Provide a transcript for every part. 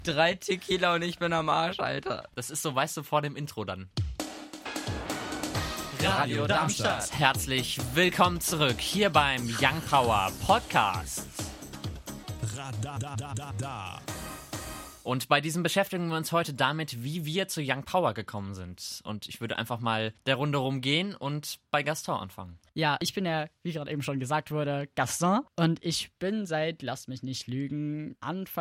3 Tequila und ich bin am Arsch, Alter. Das ist so, weißt du, vor dem Intro dann. Radio Darmstadt. Herzlich willkommen zurück hier beim Young Power Podcast. Und bei diesem beschäftigen wir uns heute damit, wie wir zu Young Power gekommen sind. Und ich würde einfach mal der Runde rumgehen und bei Gaston anfangen. Ja, ich bin ja, wie gerade eben schon gesagt wurde, Gaston. Und ich bin seit, lasst mich nicht lügen,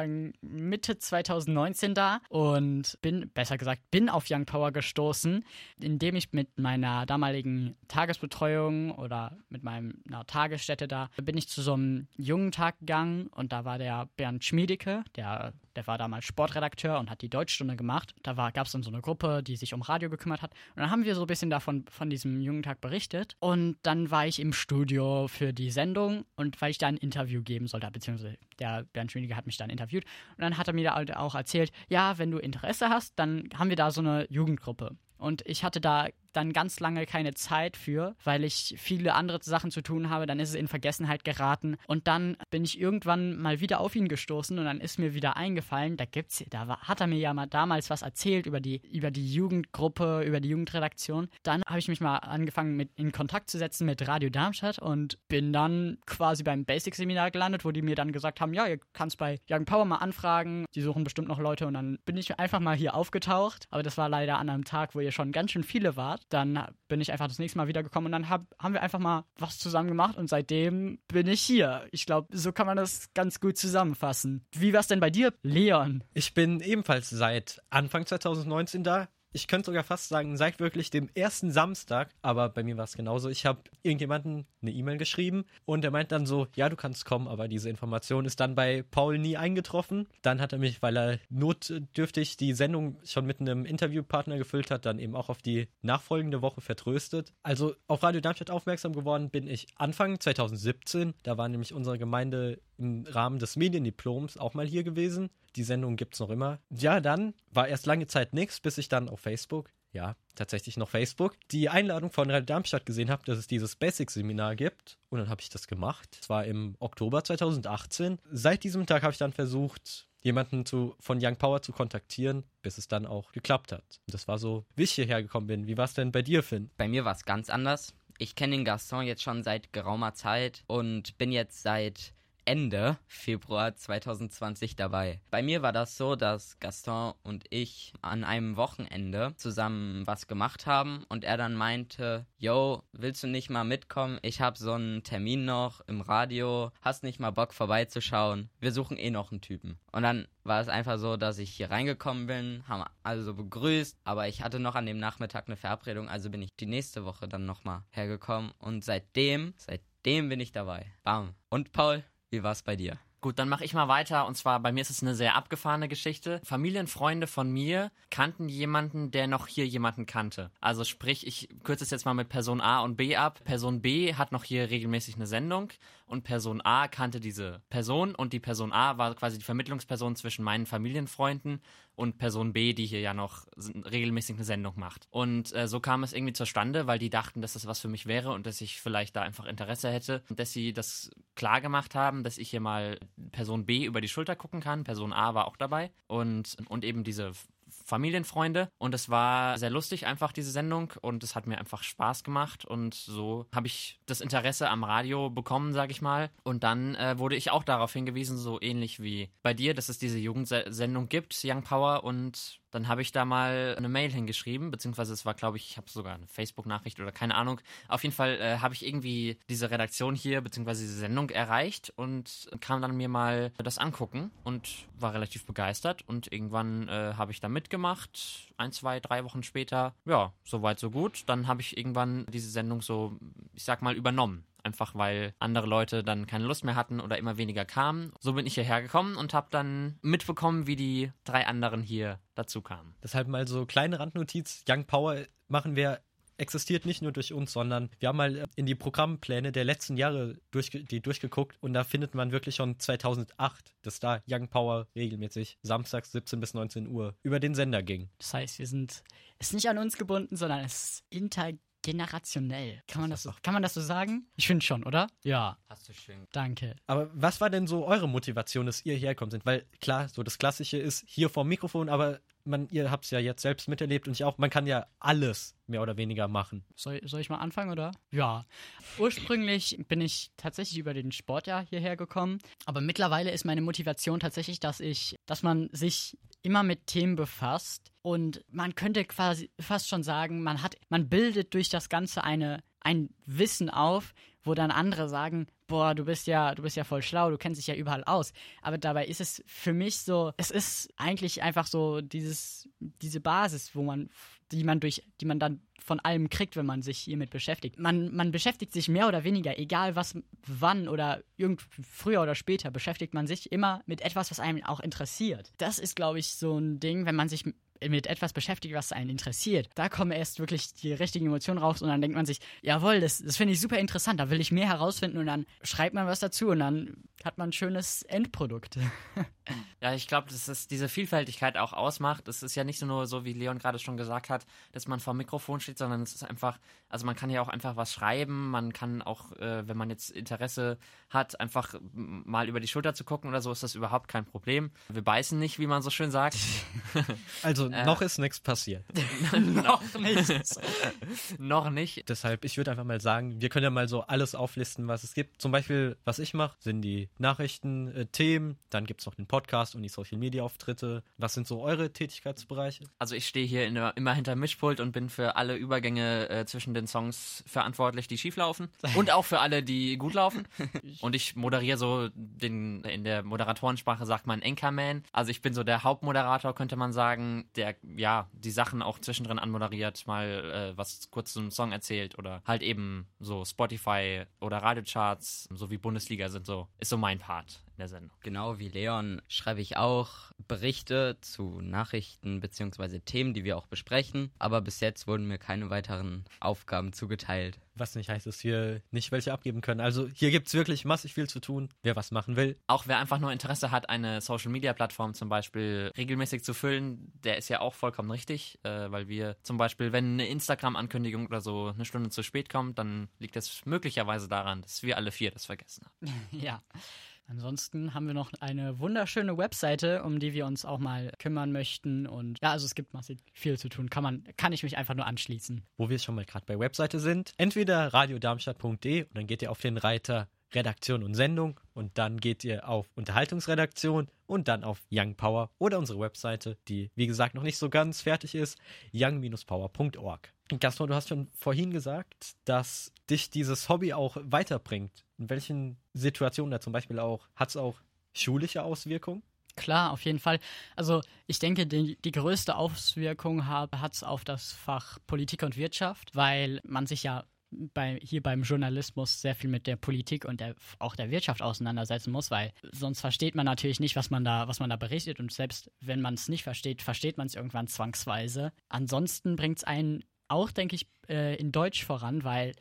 Mitte 2019 da. Und bin auf Young Power gestoßen, indem ich mit meiner damaligen Tagesbetreuung oder mit meiner Tagesstätte da, bin ich zu so einem Jungentag gegangen. Und da war der Bernd Schmiedeke, der war damals Sportredakteur und hat die Deutschstunde gemacht. Da gab es dann so eine Gruppe, die sich um Radio gekümmert hat. Und dann haben wir so ein bisschen von diesem Jungentag berichtet. Und dann war ich im Studio für die Sendung und weil ich da ein Interview geben sollte, beziehungsweise der Bernd Schmiedeke hat mich dann interviewt. Und dann hat er mir da auch erzählt, ja, wenn du Interesse hast, dann haben wir da so eine Jugendgruppe. Und ich hatte da dann ganz lange keine Zeit für, weil ich viele andere Sachen zu tun habe. Dann ist es in Vergessenheit geraten. Und dann bin ich irgendwann mal wieder auf ihn gestoßen und dann ist mir wieder eingefallen, hat er mir ja mal damals was erzählt über die Jugendgruppe, über die Jugendredaktion. Dann habe ich mich mal angefangen, in Kontakt zu setzen mit Radio Darmstadt und bin dann quasi beim Basic-Seminar gelandet, wo die mir dann gesagt haben, ja, ihr kannst bei Young Power mal anfragen, die suchen bestimmt noch Leute. Und dann bin ich einfach mal hier aufgetaucht. Aber das war leider an einem Tag, wo ihr schon ganz schön viele wart. Dann bin ich einfach das nächste Mal wiedergekommen und dann haben wir einfach mal was zusammen gemacht und seitdem bin ich hier. Ich glaube, so kann man das ganz gut zusammenfassen. Wie war's denn bei dir, Leon? Ich bin ebenfalls seit Anfang 2019 da. Ich könnte sogar fast sagen, seit wirklich dem ersten Samstag, aber bei mir war es genauso. Ich habe irgendjemanden eine E-Mail geschrieben und er meint dann so, ja, du kannst kommen, aber diese Information ist dann bei Paul nie eingetroffen. Dann hat er mich, weil er notdürftig die Sendung schon mit einem Interviewpartner gefüllt hat, dann eben auch auf die nachfolgende Woche vertröstet. Also auf Radio Darmstadt aufmerksam geworden bin ich Anfang 2017. Da war nämlich unsere Gemeinde im Rahmen des Mediendiploms auch mal hier gewesen. Die Sendung gibt's noch immer. Ja, dann war erst lange Zeit nichts, bis ich dann auf Facebook, ja, tatsächlich noch Facebook, die Einladung von Radio Darmstadt gesehen habe, dass es dieses Basic-Seminar gibt. Und dann habe ich das gemacht. Das war im Oktober 2018. Seit diesem Tag habe ich dann versucht, jemanden von Young Power zu kontaktieren, bis es dann auch geklappt hat. Und das war so, wie ich hierher gekommen bin. Wie war es denn bei dir, Finn? Bei mir war es ganz anders. Ich kenne den Gaston jetzt schon seit geraumer Zeit und bin jetzt seit Ende Februar 2020 dabei. Bei mir war das so, dass Gaston und ich an einem Wochenende zusammen was gemacht haben und er dann meinte, yo, willst du nicht mal mitkommen? Ich habe so einen Termin noch im Radio, hast nicht mal Bock vorbeizuschauen? Wir suchen eh noch einen Typen. Und dann war es einfach so, dass ich hier reingekommen bin, haben alle so begrüßt, aber ich hatte noch an dem Nachmittag eine Verabredung, also bin ich die nächste Woche dann nochmal hergekommen und seitdem bin ich dabei. Bam. Und Paul, wie war's bei dir? Gut, dann mache ich mal weiter. Und zwar, bei mir ist es eine sehr abgefahrene Geschichte. Familienfreunde von mir kannten jemanden, der noch hier jemanden kannte. Also sprich, ich kürze es jetzt mal mit Person A und B ab. Person B hat noch hier regelmäßig eine Sendung und Person A kannte diese Person und die Person A war quasi die Vermittlungsperson zwischen meinen Familienfreunden und Person B, die hier ja noch regelmäßig eine Sendung macht. Und so kam es irgendwie zustande, weil die dachten, dass das was für mich wäre und dass ich vielleicht da einfach Interesse hätte und dass sie das klar gemacht haben, dass ich hier mal Person B über die Schulter gucken kann. Person A war auch dabei und eben diese Familienfreunde und es war sehr lustig einfach, diese Sendung, und es hat mir einfach Spaß gemacht und so habe ich das Interesse am Radio bekommen, sage ich mal, und dann wurde ich auch darauf hingewiesen, so ähnlich wie bei dir, dass es diese Jugendsendung gibt, Young Power, und dann habe ich da mal eine Mail hingeschrieben, beziehungsweise es war, glaube ich habe sogar eine Facebook-Nachricht oder keine Ahnung. Auf jeden Fall habe ich irgendwie diese Redaktion hier, beziehungsweise diese Sendung erreicht und kam dann mir mal das angucken und war relativ begeistert und irgendwann habe ich da mitgemacht, 1, 2, 3 Wochen später. Ja, soweit so gut. Dann habe ich irgendwann diese Sendung so, ich sag mal, übernommen. Einfach weil andere Leute dann keine Lust mehr hatten oder immer weniger kamen. So bin ich hierher gekommen und habe dann mitbekommen, wie die 3 anderen hier dazu kamen. Deshalb mal so kleine Randnotiz. Young Power existiert nicht nur durch uns, sondern wir haben mal in die Programmpläne der letzten Jahre durchgeguckt und da findet man wirklich schon 2008, dass da Young Power regelmäßig samstags 17 bis 19 Uhr über den Sender ging. Das heißt, es ist nicht an uns gebunden, sondern es ist generationell. Kann man das so sagen? Ich finde schon, oder? Ja, Hast du schön. danke. Aber was war denn so eure Motivation, dass ihr hierher kommt sind? Weil klar, so das Klassische ist hier vorm Mikrofon, aber ihr habt es ja jetzt selbst miterlebt und ich auch. Man kann ja alles mehr oder weniger machen. Soll ich mal anfangen, oder? Ja. Ursprünglich bin ich tatsächlich über den Sport ja hierher gekommen, aber mittlerweile ist meine Motivation tatsächlich, dass man sich immer mit Themen befasst und man könnte quasi fast schon sagen, man bildet durch das Ganze ein Wissen auf, wo dann andere sagen, boah, du bist ja voll schlau, du kennst dich ja überall aus. Aber dabei ist es für mich so, es ist eigentlich einfach so diese Basis, die man dann von allem kriegt, wenn man sich hiermit beschäftigt. Man beschäftigt sich mehr oder weniger, egal was, wann oder früher oder später, beschäftigt man sich immer mit etwas, was einen auch interessiert. Das ist, glaube ich, so ein Ding, wenn man sich mit etwas beschäftigt, was einen interessiert. Da kommen erst wirklich die richtigen Emotionen raus und dann denkt man sich, jawohl, das finde ich super interessant, da will ich mehr herausfinden und dann schreibt man was dazu und dann hat man ein schönes Endprodukt. Ja, ich glaube, dass es diese Vielfältigkeit auch ausmacht. Es ist ja nicht nur so, wie Leon gerade schon gesagt hat, dass man vor dem Mikrofon steht, sondern es ist einfach, also man kann ja auch einfach was schreiben, man kann auch, wenn man jetzt Interesse hat, einfach mal über die Schulter zu gucken oder so, ist das überhaupt kein Problem. Wir beißen nicht, wie man so schön sagt. Also noch ist nichts passiert. Noch nicht. Noch nicht. Deshalb, ich würde einfach mal sagen, wir können ja mal so alles auflisten, was es gibt. Zum Beispiel, was ich mache, sind die Nachrichten, Themen, dann gibt es noch den Podcast und die Social-Media-Auftritte. Was sind so eure Tätigkeitsbereiche? Also ich stehe hier immer hinter Mischpult und bin für alle Übergänge zwischen den Songs verantwortlich, die schief laufen und auch für alle, die gut laufen. Und ich moderiere so in der Moderatorensprache sagt man Anchorman. Also ich bin so der Hauptmoderator, könnte man sagen, der ja die Sachen auch zwischendrin anmoderiert, mal was kurz zum Song erzählt oder halt eben so Spotify oder Radiocharts, so wie Bundesliga ist so mein Part in der Sendung. Genau wie Leon schreibe ich auch Berichte zu Nachrichten bzw. Themen, die wir auch besprechen. Aber bis jetzt wurden mir keine weiteren Aufgaben zugeteilt. Was nicht heißt, dass wir nicht welche abgeben können. Also hier gibt es wirklich massig viel zu tun, wer was machen will. Auch wer einfach nur Interesse hat, eine Social-Media-Plattform zum Beispiel regelmäßig zu füllen, der ist ja auch vollkommen richtig, weil wir zum Beispiel, wenn eine Instagram-Ankündigung oder so eine Stunde zu spät kommt, dann liegt das möglicherweise daran, dass wir alle 4 das vergessen haben. Ja. Ansonsten haben wir noch eine wunderschöne Webseite, um die wir uns auch mal kümmern möchten. Und ja, also es gibt massiv viel zu tun. Kann ich mich einfach nur anschließen. Wo wir schon mal gerade bei Webseite sind, entweder radiodarmstadt.de und dann geht ihr auf den Reiter Redaktion und Sendung und dann geht ihr auf Unterhaltungsredaktion und dann auf Young Power oder unsere Webseite, die wie gesagt noch nicht so ganz fertig ist, young-power.org. Gaston, du hast schon vorhin gesagt, dass dich dieses Hobby auch weiterbringt. In welchen Situationen da zum Beispiel auch, hat es auch schulische Auswirkungen? Klar, auf jeden Fall. Also ich denke, die größte Auswirkung hat es auf das Fach Politik und Wirtschaft, weil man sich ja hier beim Journalismus sehr viel mit der Politik und auch der Wirtschaft auseinandersetzen muss, weil sonst versteht man natürlich nicht, was man da berichtet und selbst wenn man es nicht versteht, versteht man es irgendwann zwangsweise. Ansonsten bringt es einen auch, denke ich, in Deutsch voran, weil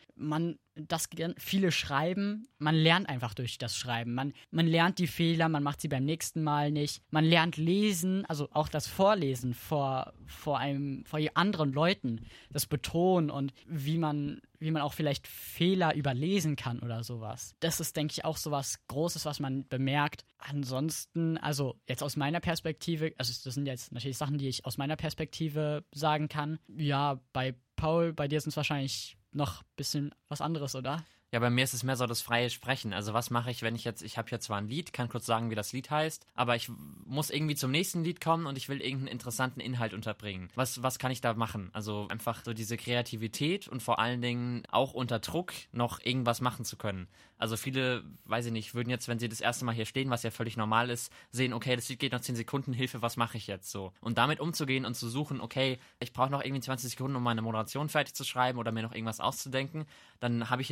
viele schreiben, man lernt einfach durch das Schreiben. Man lernt die Fehler, man macht sie beim nächsten Mal nicht. Man lernt lesen, also auch das Vorlesen vor anderen Leuten, das Betonen und wie man auch vielleicht Fehler überlesen kann oder sowas. Das ist, denke ich, auch sowas Großes, was man bemerkt. Ansonsten, also jetzt aus meiner Perspektive, also das sind jetzt natürlich Sachen, die ich aus meiner Perspektive sagen kann. Ja, bei Paul, bei dir sind es wahrscheinlich noch ein bisschen was anderes, oder? Ja, bei mir ist es mehr so das freie Sprechen. Also was mache ich, wenn ich habe hier zwar ein Lied, kann kurz sagen, wie das Lied heißt, aber ich muss irgendwie zum nächsten Lied kommen und ich will irgendeinen interessanten Inhalt unterbringen. Was kann ich da machen? Also einfach so diese Kreativität und vor allen Dingen auch unter Druck noch irgendwas machen zu können. Also viele, weiß ich nicht, würden jetzt, wenn sie das erste Mal hier stehen, was ja völlig normal ist, sehen, okay, das Lied geht noch 10 Sekunden, Hilfe, was mache ich jetzt so? Und damit umzugehen und zu suchen, okay, ich brauche noch irgendwie 20 Sekunden, um meine Moderation fertig zu schreiben oder mir noch irgendwas auszudenken, dann habe ich hier noch schnell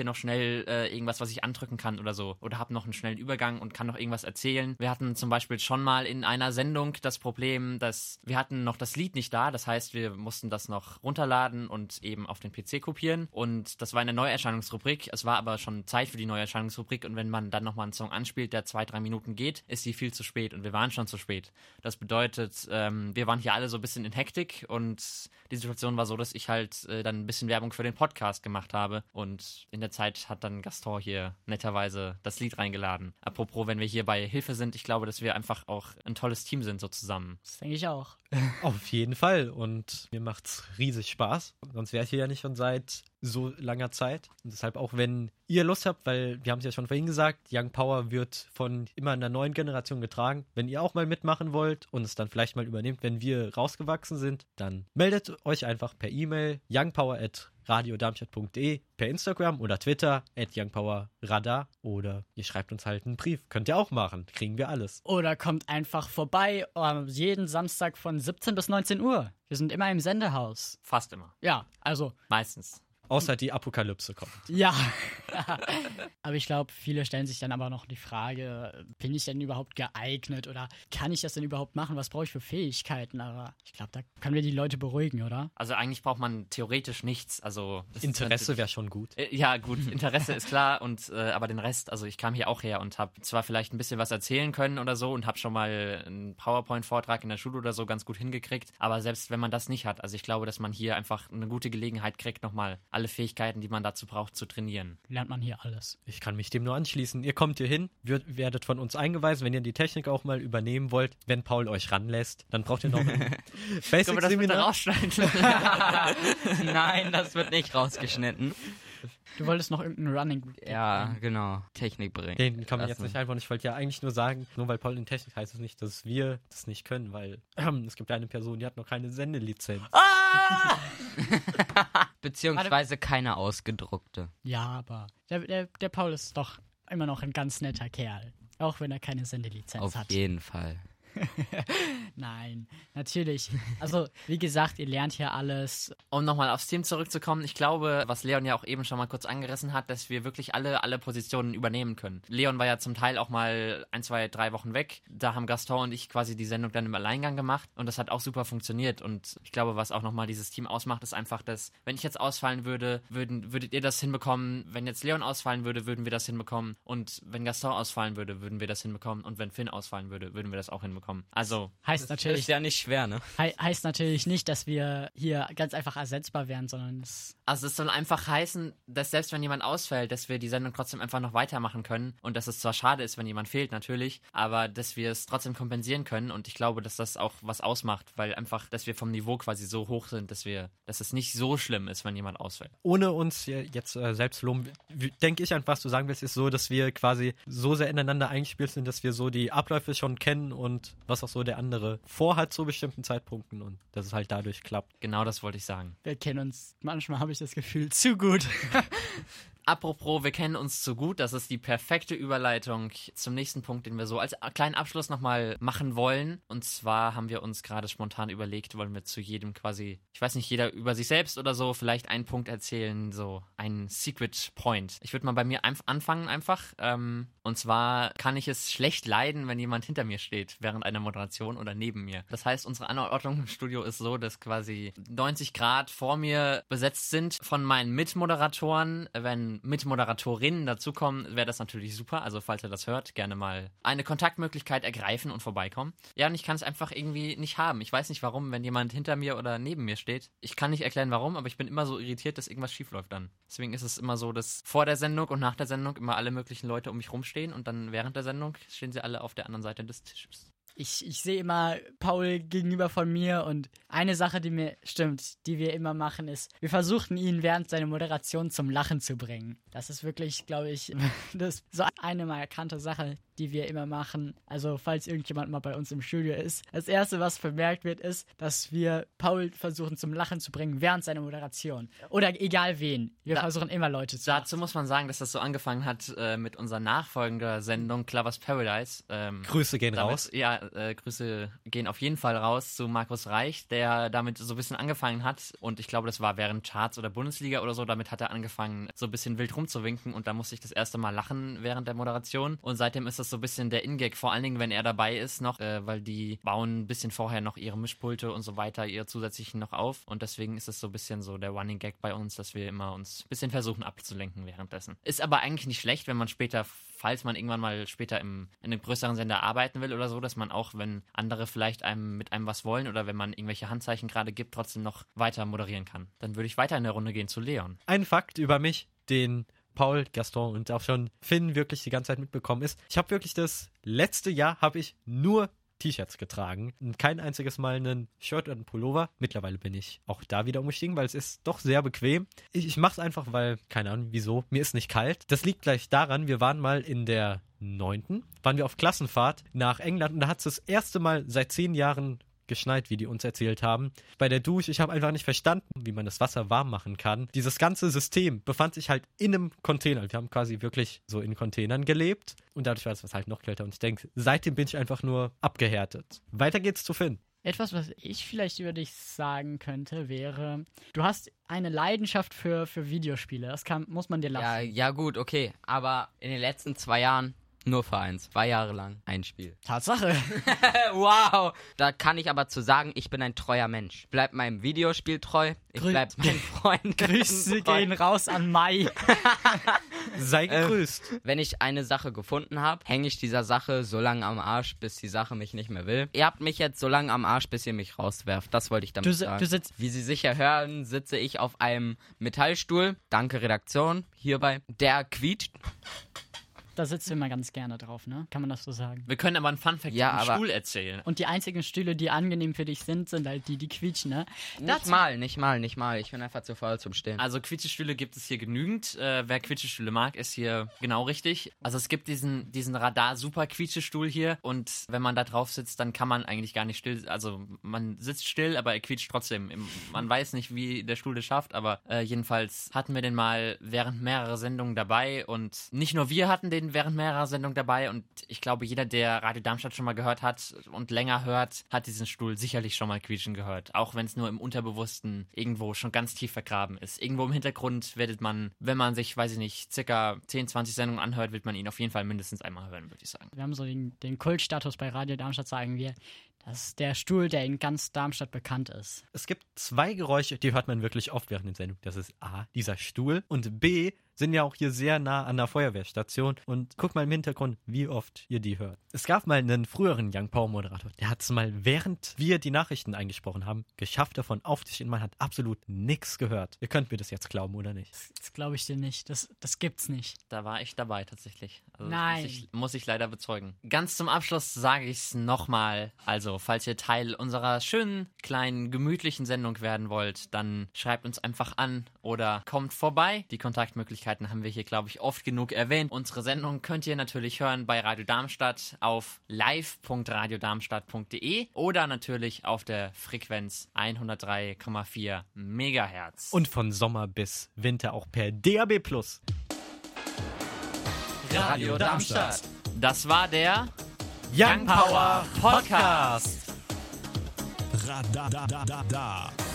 schnell irgendwas, was ich andrücken kann oder so. Oder habe noch einen schnellen Übergang und kann noch irgendwas erzählen. Wir hatten zum Beispiel schon mal in einer Sendung das Problem, dass wir hatten noch das Lied nicht da. Das heißt, wir mussten das noch runterladen und eben auf den PC kopieren. Und das war eine Neuerscheinungsrubrik. Es war aber schon Zeit für die Neuerscheinungsrubrik. Und wenn man dann nochmal einen Song anspielt, der 2-3 Minuten geht, ist die viel zu spät. Und wir waren schon zu spät. Das bedeutet, wir waren hier alle so ein bisschen in Hektik. Und die Situation war so, dass ich halt dann ein bisschen Werbung für den Podcast gemacht habe. Und in der Zeit hat dann Gaston hier netterweise das Lied reingeladen. Apropos, wenn wir hier bei Hilfe sind, ich glaube, dass wir einfach auch ein tolles Team sind so zusammen. Das denke ich auch. Auf jeden Fall. Und mir macht's riesig Spaß. Sonst wäre ich hier ja nicht schon seit so langer Zeit. Und deshalb auch, wenn ihr Lust habt, weil wir haben es ja schon vorhin gesagt, Young Power wird von immer einer neuen Generation getragen. Wenn ihr auch mal mitmachen wollt und es dann vielleicht mal übernehmt, wenn wir rausgewachsen sind, dann meldet euch einfach per E-Mail youngpower@radiodarmstadt.de, per Instagram oder Twitter @youngpowerradar oder ihr schreibt uns halt einen Brief. Könnt ihr auch machen. Kriegen wir alles. Oder kommt einfach vorbei jeden Samstag von 17 bis 19 Uhr. Wir sind immer im Sendehaus. Fast immer. Ja, also, Meistens. Außer die Apokalypse kommt. ja. Aber ich glaube, viele stellen sich dann aber noch die Frage, bin ich denn überhaupt geeignet oder kann ich das denn überhaupt machen? Was brauche ich für Fähigkeiten? Aber ich glaube, da können wir die Leute beruhigen, oder? Also eigentlich braucht man theoretisch nichts. Also Interesse wäre schon gut. Ja, gut, Interesse ist klar, aber den Rest, also ich kam hier auch her und habe zwar vielleicht ein bisschen was erzählen können oder so und habe schon mal einen PowerPoint-Vortrag in der Schule oder so ganz gut hingekriegt, aber selbst wenn man das nicht hat, also ich glaube, dass man hier einfach eine gute Gelegenheit kriegt, nochmal alle Fähigkeiten, die man dazu braucht, zu trainieren. Lernt man hier alles. Ich kann mich dem nur anschließen. Ihr kommt hier hin, werdet von uns eingeweisen, wenn ihr die Technik auch mal übernehmen wollt. Wenn Paul euch ranlässt, dann braucht ihr noch ein Basic-Seminar. Rausschneiden? Nein, das wird nicht rausgeschnitten. Du wolltest noch irgendeinen Running Gag Ja, bringen. genau. Technik bringen. Den kann man Lassen. jetzt nicht einbauen. Ich wollte ja eigentlich nur sagen, nur weil Paul in Technik heißt es nicht, dass wir das nicht können, weil es gibt eine Person, die hat noch keine Sendelizenz. Beziehungsweise keine ausgedruckte. Ja, aber der Paul ist doch immer noch ein ganz netter Kerl. Auch wenn er keine Sendelizenz Auf hat. jeden Fall. Nein, natürlich. Also, wie gesagt, ihr lernt hier alles. Um nochmal aufs Team zurückzukommen, ich glaube, was Leon ja auch eben schon mal kurz angerissen hat, dass wir wirklich alle Positionen übernehmen können. Leon war ja zum Teil auch mal 1, 2, 3 Wochen weg. Da haben Gaston und ich quasi die Sendung dann im Alleingang gemacht und das hat auch super funktioniert. Und ich glaube, was auch nochmal dieses Team ausmacht, ist einfach, dass, wenn ich jetzt ausfallen würde, würdet ihr das hinbekommen. Wenn jetzt Leon ausfallen würde, würden wir das hinbekommen. Und wenn Gaston ausfallen würde, würden wir das hinbekommen. Und wenn Finn ausfallen würde, würden wir das auch hinbekommen. Also, Heißt natürlich, Ist ja nicht schwer, ne? heißt natürlich nicht, dass wir hier ganz einfach ersetzbar wären, sondern es es soll einfach heißen, dass selbst wenn jemand ausfällt, dass wir die Sendung trotzdem einfach noch weitermachen können und dass es zwar schade ist, wenn jemand fehlt, natürlich, aber dass wir es trotzdem kompensieren können und ich glaube, dass das auch was ausmacht, weil einfach, dass wir vom Niveau quasi so hoch sind, dass es nicht so schlimm ist, wenn jemand ausfällt. Ohne uns jetzt selbst loben, denke ich einfach, was du sagen willst, ist so, dass wir quasi so sehr ineinander eingespielt sind, dass wir so die Abläufe schon kennen und was auch so der andere vorhat zu bestimmten Zeitpunkten und dass es halt dadurch klappt. Genau das wollte ich sagen. wir kennen uns, manchmal habe ich das Gefühl, zu gut. Apropos, wir kennen uns zu gut, das ist die perfekte Überleitung zum nächsten Punkt, den wir so als kleinen Abschluss nochmal machen wollen. Und zwar haben wir uns gerade spontan überlegt, wollen wir zu jedem quasi, ich weiß nicht, jeder über sich selbst oder so, vielleicht einen Punkt erzählen, so einen Secret Point. Ich würde mal bei mir anfangen einfach. Und zwar kann ich es schlecht leiden, wenn jemand hinter mir steht, während einer Moderation oder neben mir. Das heißt, unsere Anordnung im Studio ist so, dass quasi 90 Grad vor mir besetzt sind von meinen Mitmoderatoren. Wenn Mitmoderatorinnen dazukommen, wäre das natürlich super. Also falls ihr das hört, gerne mal eine Kontaktmöglichkeit ergreifen und vorbeikommen. Ja, und ich kann es einfach irgendwie nicht haben. Ich weiß nicht warum, wenn jemand hinter mir oder neben mir steht. Ich kann nicht erklären warum, aber ich bin immer so irritiert, dass irgendwas schief läuft dann. Deswegen ist es immer so, dass vor der Sendung und nach der Sendung immer alle möglichen Leute um mich rumstehen und dann während der Sendung stehen sie alle auf der anderen Seite des Tisches. Ich sehe immer Paul gegenüber von mir und eine Sache, die wir immer machen, ist, wir versuchen ihn während seiner Moderation zum Lachen zu bringen. Das ist wirklich, glaube ich, das ist so eine markante Sache, die wir immer machen. Also falls irgendjemand mal bei uns im Studio ist. Das Erste, was vermerkt wird, ist, dass wir Paul versuchen zum Lachen zu bringen während seiner Moderation. Oder egal wen. Wir versuchen immer Leute zu Dazu muss man sagen, dass das so angefangen hat mit unserer nachfolgenden Sendung Clovers Paradise. Grüße gehen raus. Ja, Grüße gehen auf jeden Fall raus zu Markus Reich, der damit so ein bisschen angefangen hat. Und ich glaube, das war während Charts oder Bundesliga oder so. Damit hat er angefangen, so ein bisschen wild rumzuwinken. Und da musste ich das erste Mal lachen während der Moderation. Und seitdem ist das so ein bisschen der In-Gag. Vor allen Dingen, wenn er dabei ist noch, weil die bauen ein bisschen vorher noch ihre Mischpulte und so weiter, ihre zusätzlichen noch auf. Und deswegen ist es so ein bisschen so der Running Gag bei uns, dass wir immer uns ein bisschen versuchen abzulenken währenddessen. Ist aber eigentlich nicht schlecht, wenn man später, falls man irgendwann mal später in einem größeren Sender arbeiten will oder so, dass man auch, wenn andere vielleicht mit einem was wollen oder wenn man irgendwelche Handzeichen gerade gibt, trotzdem noch weiter moderieren kann. Dann würde ich weiter in der Runde gehen zu Leon. Ein Fakt über mich, den Paul, Gaston und auch schon Finn wirklich die ganze Zeit mitbekommen ist. Ich habe wirklich das letzte Jahr nur T-Shirts getragen. Kein einziges Mal ein Shirt oder ein Pullover. Mittlerweile bin ich auch da wieder umgestiegen, weil es ist doch sehr bequem. Ich mache es einfach, weil, keine Ahnung wieso, mir ist nicht kalt. Das liegt gleich daran, wir waren mal in der 9. waren wir auf Klassenfahrt nach England und da hat es das erste Mal seit 10 Jahren geschneit, wie die uns erzählt haben. Bei der Dusche, ich habe einfach nicht verstanden, wie man das Wasser warm machen kann. Dieses ganze System befand sich halt in einem Container. Wir haben quasi wirklich so in Containern gelebt und dadurch war es halt noch kälter. Und ich denke, seitdem bin ich einfach nur abgehärtet. Weiter geht's zu Finn. Etwas, was ich vielleicht über dich sagen könnte, wäre, du hast eine Leidenschaft für Videospiele. Das muss man dir lassen. Ja, gut, okay. Aber in den letzten 2 Jahren nur für 2 Jahre lang ein Spiel. Tatsache. Wow. Da kann ich aber zu sagen, ich bin ein treuer Mensch. Bleib meinem Videospiel treu. Ich bleib meinen Freunden Grüße treu. gehen raus an Mai. Sei gegrüßt. Wenn ich eine Sache gefunden habe, hänge ich dieser Sache so lange am Arsch, bis die Sache mich nicht mehr will. Ihr habt mich jetzt so lange am Arsch, bis ihr mich rauswerft. Das wollte ich damit sagen. Wie Sie sicher hören, sitze ich auf einem Metallstuhl. Danke, Redaktion. Hierbei. Der quietscht. Da sitzen wir mal ganz gerne drauf, ne? Kann man das so sagen? Wir können aber einen Funfact zum Stuhl erzählen. Und die einzigen Stühle, die angenehm für dich sind halt die quietschen, ne? Nicht mal. Ich bin einfach zu faul zum Stehen. Also Quietschestühle gibt es hier genügend. Wer Quietschestühle mag, ist hier genau richtig. Also es gibt diesen Radar-Super-Quietschestuhl hier und wenn man da drauf sitzt, dann kann man eigentlich gar nicht still, also man sitzt still, aber er quietscht trotzdem. Man weiß nicht, wie der Stuhl das schafft, aber jedenfalls hatten wir den mal während mehrerer Sendungen dabei und nicht nur wir hatten den während mehrerer Sendungen dabei und ich glaube, jeder, der Radio Darmstadt schon mal gehört hat und länger hört, hat diesen Stuhl sicherlich schon mal quietschen gehört. Auch wenn es nur im Unterbewussten irgendwo schon ganz tief vergraben ist. Irgendwo im Hintergrund werdet man, wenn man sich, weiß ich nicht, circa 10, 20 Sendungen anhört, wird man ihn auf jeden Fall mindestens einmal hören, würde ich sagen. Wir haben so den Kultstatus bei Radio Darmstadt, sagen wir. Das ist der Stuhl, der in ganz Darmstadt bekannt ist. Es gibt 2 Geräusche, die hört man wirklich oft während der Sendung. Das ist A, dieser Stuhl und B, sind ja auch hier sehr nah an der Feuerwehrstation und guck mal im Hintergrund, wie oft ihr die hört. Es gab mal einen früheren Young Power Moderator, der hat es mal, während wir die Nachrichten eingesprochen haben, geschafft, davon aufzustehen. Man hat absolut nichts gehört. Ihr könnt mir das jetzt glauben, oder nicht? Das glaube ich dir nicht. Das gibt's nicht. Da war ich dabei, tatsächlich. Also Nein. Muss ich leider bezeugen. Ganz zum Abschluss sage ich es nochmal. Also, falls ihr Teil unserer schönen, kleinen, gemütlichen Sendung werden wollt, dann schreibt uns einfach an oder kommt vorbei. Die Kontaktmöglichkeiten haben wir hier, glaube ich, oft genug erwähnt. Unsere Sendung könnt ihr natürlich hören bei Radio Darmstadt auf live.radiodarmstadt.de oder natürlich auf der Frequenz 103,4 Megahertz. Und von Sommer bis Winter auch per DAB+. Radio Darmstadt. Das war der Young Power Podcast. Radadadada.